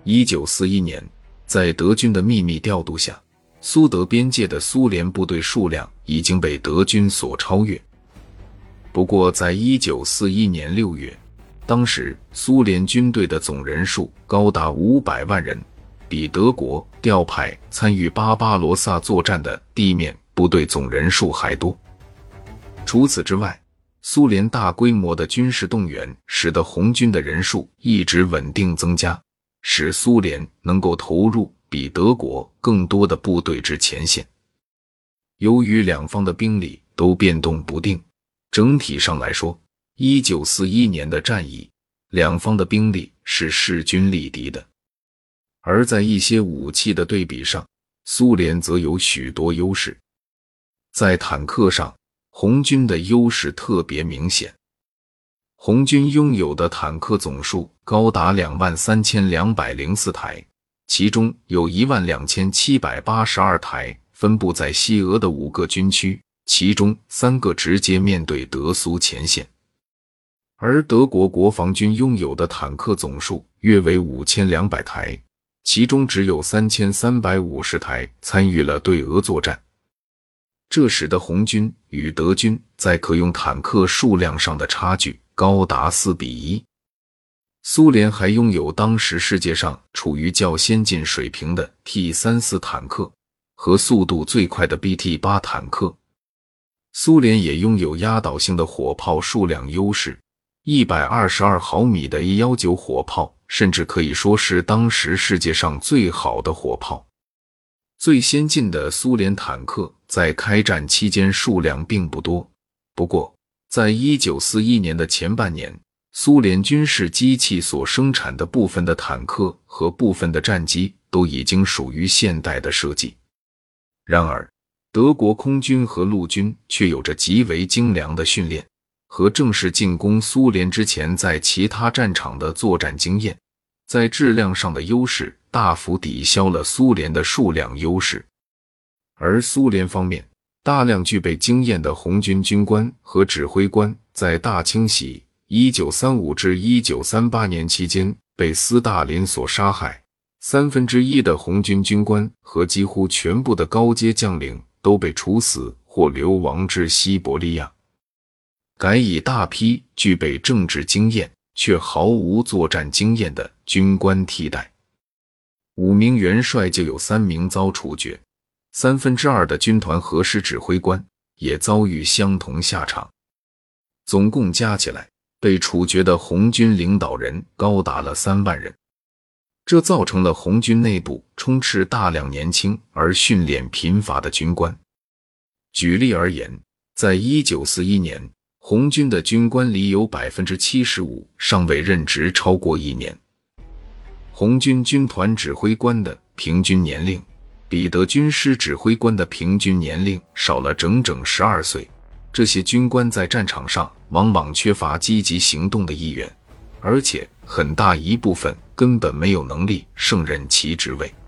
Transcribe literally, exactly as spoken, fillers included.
一九四一年，在德军的秘密调度下，苏德边界的苏联部队数量已经被德军所超越。不过在一九四一年六月，当时苏联军队的总人数高达五百万人，比德国调派参与巴巴罗萨作战的地面部队总人数还多。除此之外，苏联大规模的军事动员使得红军的人数一直稳定增加，使苏联能够投入比德国更多的部队至前线。由于两方的兵力都变动不定，整体上来说，一九四一年的战役，两方的兵力是势均力敌的。而在一些武器的对比上，苏联则有许多优势。在坦克上，红军的优势特别明显。红军拥有的坦克总数高达两万三千两百零四台，其中有一万两千七百八十二台分布在西俄的五个军区，其中三个直接面对德苏前线。而德国国防军拥有的坦克总数约为五千两百台，其中只有三千三百五十台参与了对俄作战。这使得红军与德军在可用坦克数量上的差距高达四比一。苏联还拥有当时世界上处于较先进水平的 T 三十四 坦克和速度最快的 B T 八 坦克。苏联也拥有压倒性的火炮数量优势，一百二十二毫米的 A 一九 火炮甚至可以说是当时世界上最好的火炮。最先进的苏联坦克在开战期间数量并不多，不过在一九四一年的前半年，苏联军事机器所生产的部分的坦克和部分的战机都已经属于现代的设计。然而，德国空军和陆军却有着极为精良的训练和正式进攻苏联之前在其他战场的作战经验，在质量上的优势大幅抵消了苏联的数量优势。而苏联方面，大量具备经验的红军军官和指挥官在大清洗一九三五至一九三八年期间被斯大林所杀害，三分之一的红军军官和几乎全部的高阶将领都被处死或流亡至西伯利亚，改以大批具备政治经验却毫无作战经验的军官替代。五名元帅就有三名遭处决，三分之二的军团和师指挥官也遭遇相同下场。总共加起来，被处决的红军领导人高达了三万人。这造成了红军内部充斥大量年轻而训练贫乏的军官。举例而言，在一九四一年，红军的军官里有 百分之七十五 尚未任职超过一年。红军军团指挥官的平均年龄比德军师指挥官的平均年龄少了整整十二岁。这些军官在战场上往往缺乏积极行动的意愿，而且很大一部分根本没有能力胜任其职位。